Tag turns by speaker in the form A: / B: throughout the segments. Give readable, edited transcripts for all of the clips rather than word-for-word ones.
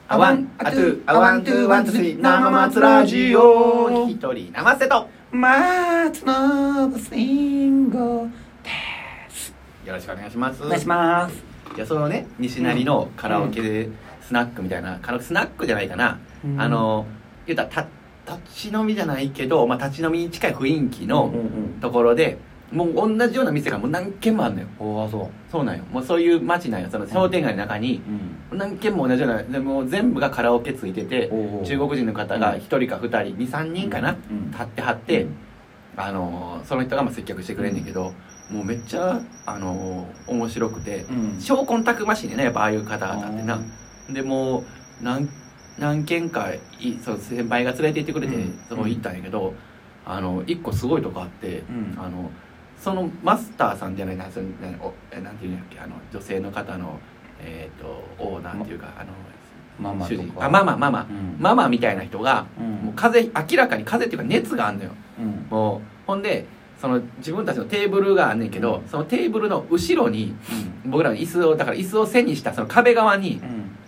A: あワンあトゥあワントゥワントゥスリー生松ラジオ一人生瀬と
B: 松のスインゴです
A: よろしくお願いします。
B: お願いします。
A: いやそのね西成のカラオケでスナックみたいな、スナックじゃないかな、言ったら立ち飲みじゃないけど、立ち飲みに近い雰囲気のところで、もう同じような店がもう何軒もあるのよ。そうなんよ。もうそういう街なんよ。その商店街の中に何軒も同じような、でも全部がカラオケついてて、中国人の方が1人か2人2,3人かな、立ってはって、その人が接客してくれんねんけど、もうめっちゃ面白くて、証拠たくましいね、やっぱああいう方々ってな。でもう何軒かそう先輩が連れて行ってくれて、その行ったんやけど、一個すごいとこあって、そのマスターさんじゃないな、なんていうんやっけ、女性の方のなんていうか
B: ママとか
A: ママみたいな人が、もう明らかに風邪っていうか熱があんのよ。もうほんで自分たちのテーブルがあんねんけど、そのテーブルの後ろに、僕らの椅子を背にしたその壁側に、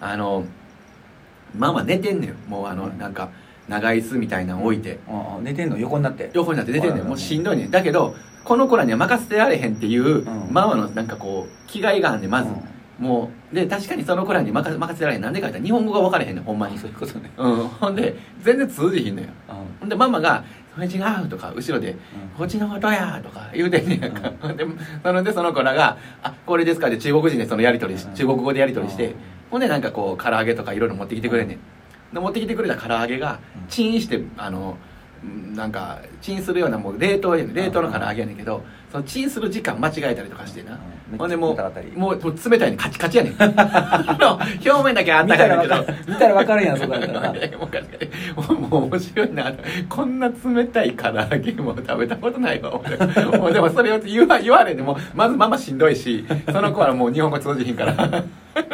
A: ママ寝てんのよ。もうなんか長椅子みたいなの置いて、
B: 寝てんの？横になって
A: 寝てんのよ。もうしんどいねんだけど、この子らには任せてられへんっていう、ママのなんかこう気概があんねんまず、もうで確かにその子らに任せてられへん。なんでか言ったら日本語が分からへんねん、ほんまに。
B: そういうことね。
A: ほんで全然通じひんのよ。ほんでママが「それ違う」とか後ろで「こっちのことや」とか言うてんねんやんか。でその子らが「あこれですか」って中国人でそのやり取り中国語でやり取りして、ほんでなんかこう唐揚げとかいろいろ持ってきてくれんねん。で持ってきてくれた唐揚げがチンしてなんかチンするようなもう冷凍の唐揚げやねんけど、そのチンする時間間違えたりとかしてな、ほんでもう冷たいねん、カチカチやねん表面だけあったかいねんけど
B: 見たら分かるやん、そこだったらな
A: もう面白いな、こんな冷たい唐揚げも食べたことないわ俺でもそれを言われんでもまずママしんどいし、その子はもう日本語通じひんから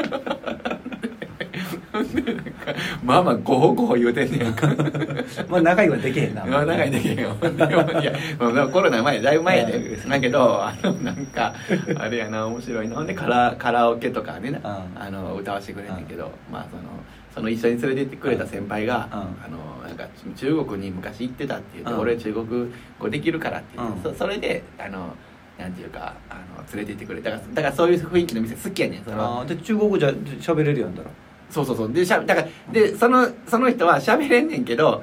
A: ママゴホゴホ言うてんねやんか
B: 仲いいはできへんな。
A: 仲いいできへんよ。いやコロナ前だいぶ前やで、だけどなんかあれやな、面白いな。ほんでカラオケとかね、歌わせてくれんねんけど、その一緒に連れて行ってくれた先輩が、なんか中国に昔行ってたって言って、俺中国語できるからって言って、それでなんていうか連れて行ってくれた。だからそういう雰囲気の店好きやねん。
B: で中国語じゃ喋れるやんだろ。
A: そうでだからでその人は喋れんねんけど、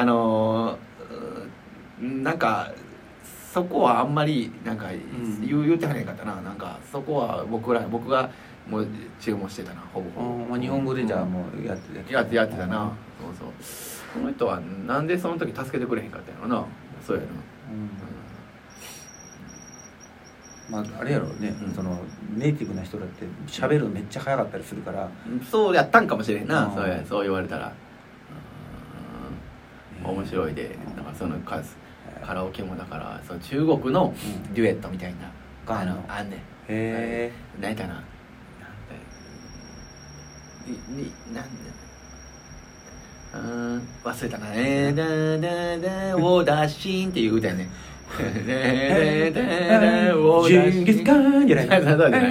A: なんかそこはあんまりなんか言うてはねんかったな。なんかそこは僕がもう注文してたな、ほぼ
B: 日本語でじゃあもうやって
A: たな。その人はなんでその時助けてくれへんかったんやろな。そうやな。
B: あれやろうね、そのネイティブな人だって喋るのめっちゃ早かったりするから、
A: そうやったんかもしれんな。そう言われたら面白いで。だからそのカラオケもだからその中国のデュエットみたいなあんねん。何やったな、忘れたな。ウォーダーシーンっていう歌やねん。ジンギスカンじゃない。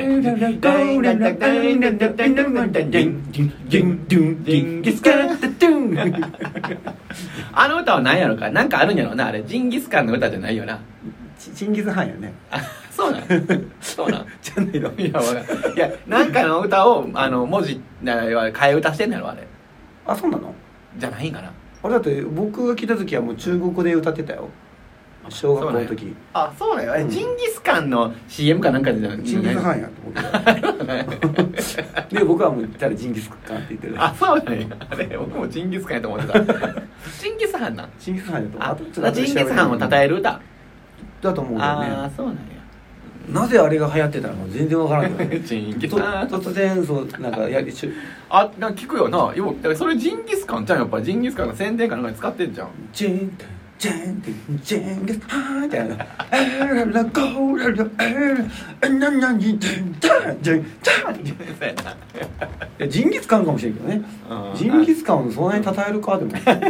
A: あの歌は何やろか。なんかあるんやろな。あれジンギスカンの歌じゃないよな。
B: チンギスハンやね。
A: そうなんそうなん
B: じゃないの。
A: いやなんかの歌を文字替え歌してんのやろあれ。
B: あ、そうなの？
A: じゃないんかな。
B: あれだって僕が来た時はもう中国語で歌ってたよ、小学校の時。
A: あ、そうだよ。ジンギスカンの CM かなんかで
B: ジンギスハンやと思ってで僕はもう言ったらジンギスカンって言ってる。
A: あ、そうだね。あれ僕もジンギスカンやと思ってたジンギスハンなん。
B: ジンギスハンやと思って
A: た。ジンギスハンを称える歌
B: だと思うんだよね。
A: ああ、そうなんや。
B: なぜあれが流行ってたのか全然わからんけど
A: ジンギスハン
B: 突然そうなんかなんか
A: 聞くよな。だからそれジンギスカンじゃん。やっぱジンギスカンの宣伝かなんかに使ってんじゃん。
B: ジンギスカンみたいなエラゴーララエラナナニジンジンギスカンかもしれんけどね。ジンギスカンをそんなに称えるかでも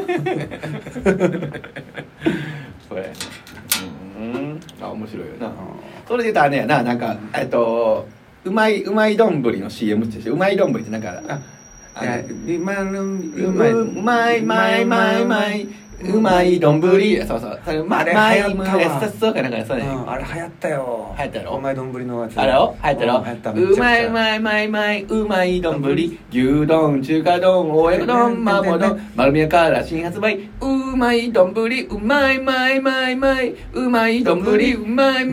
A: それ面白いよな。それで言ったらね、なんかうまい丼の CM ってして、うまい丼ってなんかうまいどんぶり、そうそう、それ
B: あれ流行ったわ。
A: そうかなんかそうね。
B: あれ流行ったよ。
A: 流行ったやろ。
B: うまいどんぶりのやつ。
A: あれよ、流行ったやろ。
B: 流行った。
A: うまいどんぶり、牛丼、中華丼、親子丼、麻婆丼、丸宮から新発売。うまいどんぶり、うまいどんぶり、うまいどんぶり、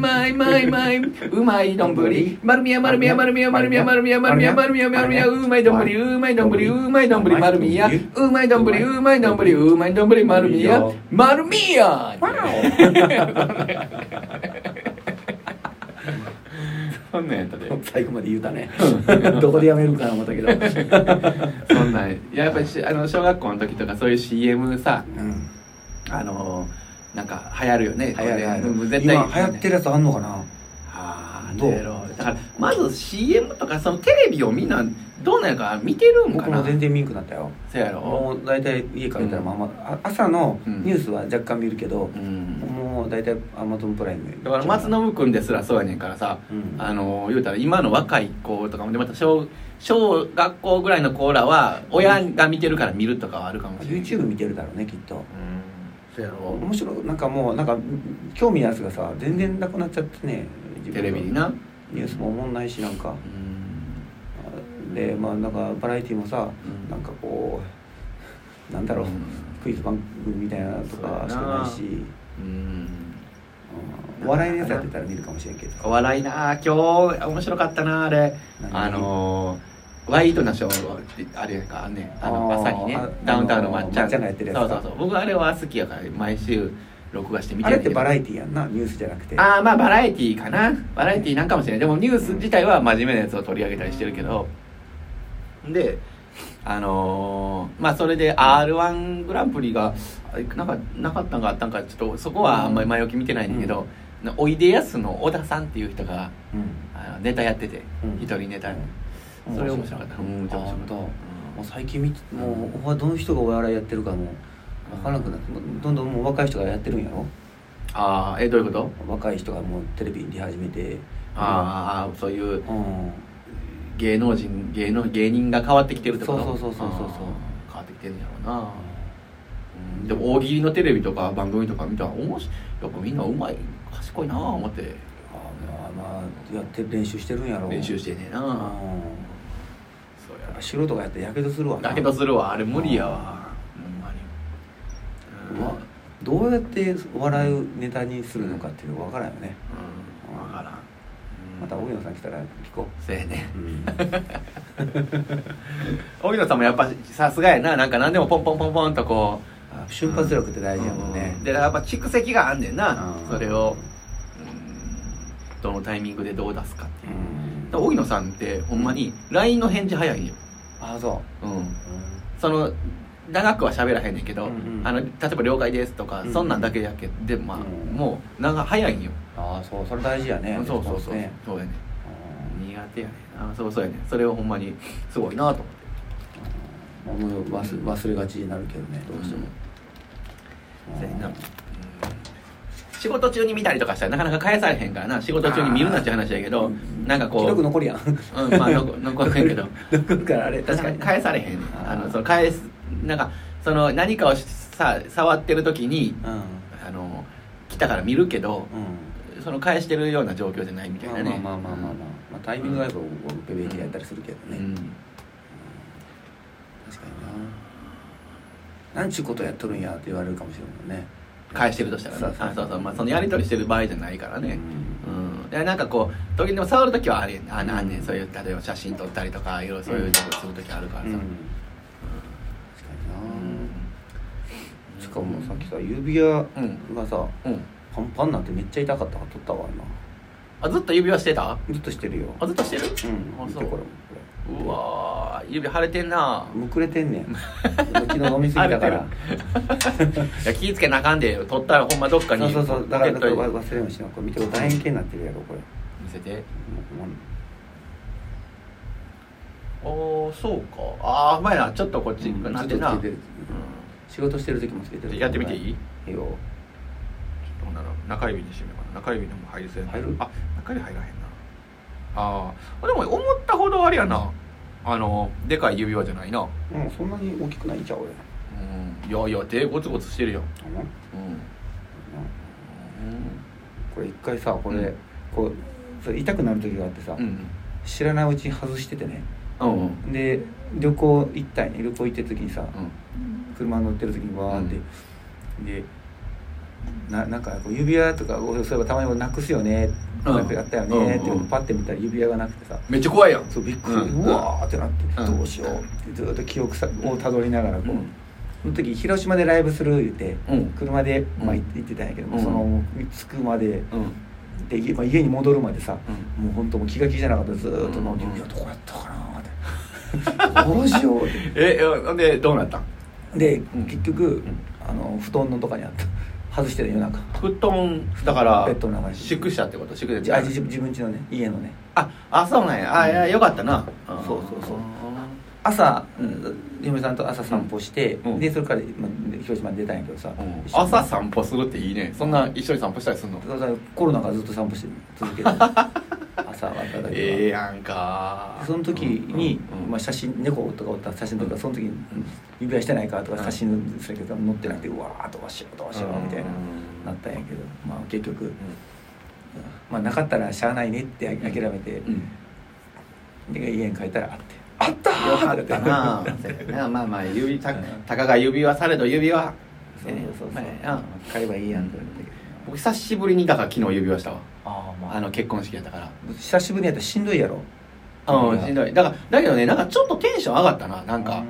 A: 丸宮、うまいどんぶり、丸宮、丸宮、うまいどんぶり、丸宮、丸宮。そんなんやったで。
B: 最後まで言うたね。どこでやめるかな思ったけど。
A: そんなんやっぱり小学校の時とかそういう CM さ、なんか流行るよね。
B: 流行る。
A: 絶対
B: 今流行ってるやつあんのかな。
A: どうだからまず CM とかそのテレビをみんなどうなんやか見てるんかな。
B: 僕も全然見んくなったよ。
A: そうやろ。
B: もう大体家帰ったら朝のニュースは若干見るけど、もう大体 Amazon プライム
A: だから松信君ですらそうやねんからさ、言うたら今の若い子とかもでまた小学校ぐらいの子らは親が見てるから見るとかはあるかもしれない。
B: YouTube 見てるだろうねきっと。
A: そうやろ。
B: 面白い。なんかもうなんか興味のやつがさ全然なくなっちゃってね。
A: テレビにな
B: ニュースもおもんないしなんかでなんかバラエティもさ、なんかこうなんだろう、クイズ番組みたいなとかしかないし、お笑いのやつやってたら見るかもしれんけど。
A: お笑いな今日面白かったなあれ。ワイドなショーってあれかね、朝にねダウンタウンのまっちゃん
B: がやってるやつ。
A: そう僕あれは好きやから毎週録画して見てる。
B: あれってバラエティやんな、ニュースじゃなくて。
A: バラエティかな。バラエティなんかもしれない。でもニュース自体は真面目なやつを取り上げたりしてるけど、でそれで R1 グランプリがなんかなかったんかあったんかちょっとそこはあんまり前置き見てないんだけど、おいでやすの小田さんっていう人がネタやってて、一人ネタそれ面白かった。めっちゃ面白かった。
B: もう最近もうどの人がお笑いやってるかも分からなくなって、どんどんもう若い人がやってるんやろ。
A: どういうこと？
B: 若い人がもうテレビに出始めて、
A: そういう芸人が変わってきてるってこと？
B: そう変わ
A: ってきてるんやろうな。でも大喜利のテレビとか番組とか見たらやっぱみんなうまい賢いな思って。
B: やって練習してるんやろ。
A: 練習してねえな。そう
B: や。素人がやってやけどするわな。
A: やけどするわあれ無理やわ。
B: どうやって笑うネタにするのかっていうのが分からんよね。
A: 分からん。
B: また荻野さん来たら聞こう。
A: そうやね。荻野さんもやっぱさすがやな。なんか何でもポンポンポンポンとこ
B: う瞬発力って大事やもんね。
A: でやっぱ蓄積があんねんな。それをどのタイミングでどう出すかっていう。荻野さんってほんまに LINE の返事早いよ。
B: そう。
A: その長くは喋らへんねんけど、例えば「了解です」とか、そんなんだけやけでもう早いんよ。
B: そう、それ大事やね。
A: そうやね。苦手やねそうやね。それをほんまにすごいなと思って。
B: 忘れがちになるけどね、どうしても。
A: 仕事中に見たりとかしたらなかなか返されへんからな。仕事中に見るなって話やけど、なんかこう
B: 記録残るやん。
A: 残るけど
B: 残るからあれ
A: 確かに返されへん。返すなんか何かを触ってる時に来たから見るけど、その返してるような状況じゃないみたいなね。
B: タイミングがやっぱベベーキやったりするけどね。確かにな。なんちゅうことやっとるんやって言われるかもしれないもんね。
A: 返してるとしたらそのやり取りしてる場合じゃないからね。なんかこう時でも触る時はあれなんねん。そういう例えば写真撮ったりとかいろいろそういうことする時あるからさ。
B: しかもさっきさ指輪がさパンパンになってめっちゃ痛かったから取ったわ今。
A: ずっと指輪してた？
B: ずっとしてるよ。
A: ずっとしてる？
B: 見てこれ。
A: うわ指腫れてんな。
B: むくれてんねん。昨日飲みすぎたから。
A: 気ぃつけなあかんで。取ったらほんまどっかに。
B: そうだから忘れようにしな。これ見てこれ楕円形になってるやろこれ。
A: 見せて。そうか。うまいな。ちょっとこっちなってな。
B: 仕事してる時もつけてる。
A: やってみていい？
B: いいよ。ちょっ
A: とほんなら中指にしてみようかな。中指でも入るせん。
B: 入る？
A: 中指入らへんな。でも思ったほどあれやな。 でかい指輪じゃないな。
B: そんなに大きくないんちゃう
A: 俺。いや手ゴツゴツしてるよ。
B: これ一回さこれ、こうそれ痛くなる時があってさ、知らないうちに外しててね、で旅行行ったんやね。旅行行ってる時にさ、車乗ってる時にわーって、でなんかこう指輪とかそういえばたまになくすよね、やったよねってパッて見たら指輪がなくてさ、
A: めっちゃ怖いやん。
B: そうびっくり、うわーってなって、どうしようってずっと記憶をたどりながらこう、その時広島でライブする言って、車で、行ってたんやけども、その着くまで、で家に戻るまでさ、もう本当もう気が気じゃなかった。ずーっと指輪どこやったかなってどうしようって
A: でどうなったん
B: で、結局布団のとかにあった外してた夜中。
A: 布団だから
B: ベッドの中に
A: 宿舎ってこと？宿舎
B: 自分家のね、家のね。
A: そうなんや。いやよかったな。
B: そう朝、嫁さんと朝散歩して、でそれから広島に出たんやけどさ、
A: 朝散歩するっていいね。そんな一緒に散歩したりするの？
B: コロナからずっと散歩して続けて朝はただけ
A: やんか。
B: その時に、写真、猫とかおった写真とか、その時に指輪してないかとか写真するけど載ってなくて、うわーどうしようみたいななったんやけど、結局なかったらしゃあないねって諦めて、で家に帰ったらあったー
A: よかったな。たかが指輪されど指輪
B: 買えばいいやんって言われたけど、
A: 僕久しぶりにだから昨日指輪したわ。結婚式やったから
B: 久しぶりにやったらしんどいやろ。
A: しんどい。だけどね、なんかちょっとテンション上がったな。なんか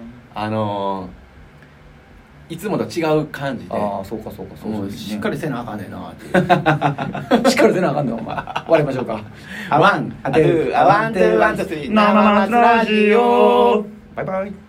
A: いつもと違う感じで。
B: そうか
A: しっかりせなあかんねんなって
B: しっかりせなあかんねんお前。終わりましょうか。
A: ワンツーワンツースリー生松ラジオ。
B: バイバイ。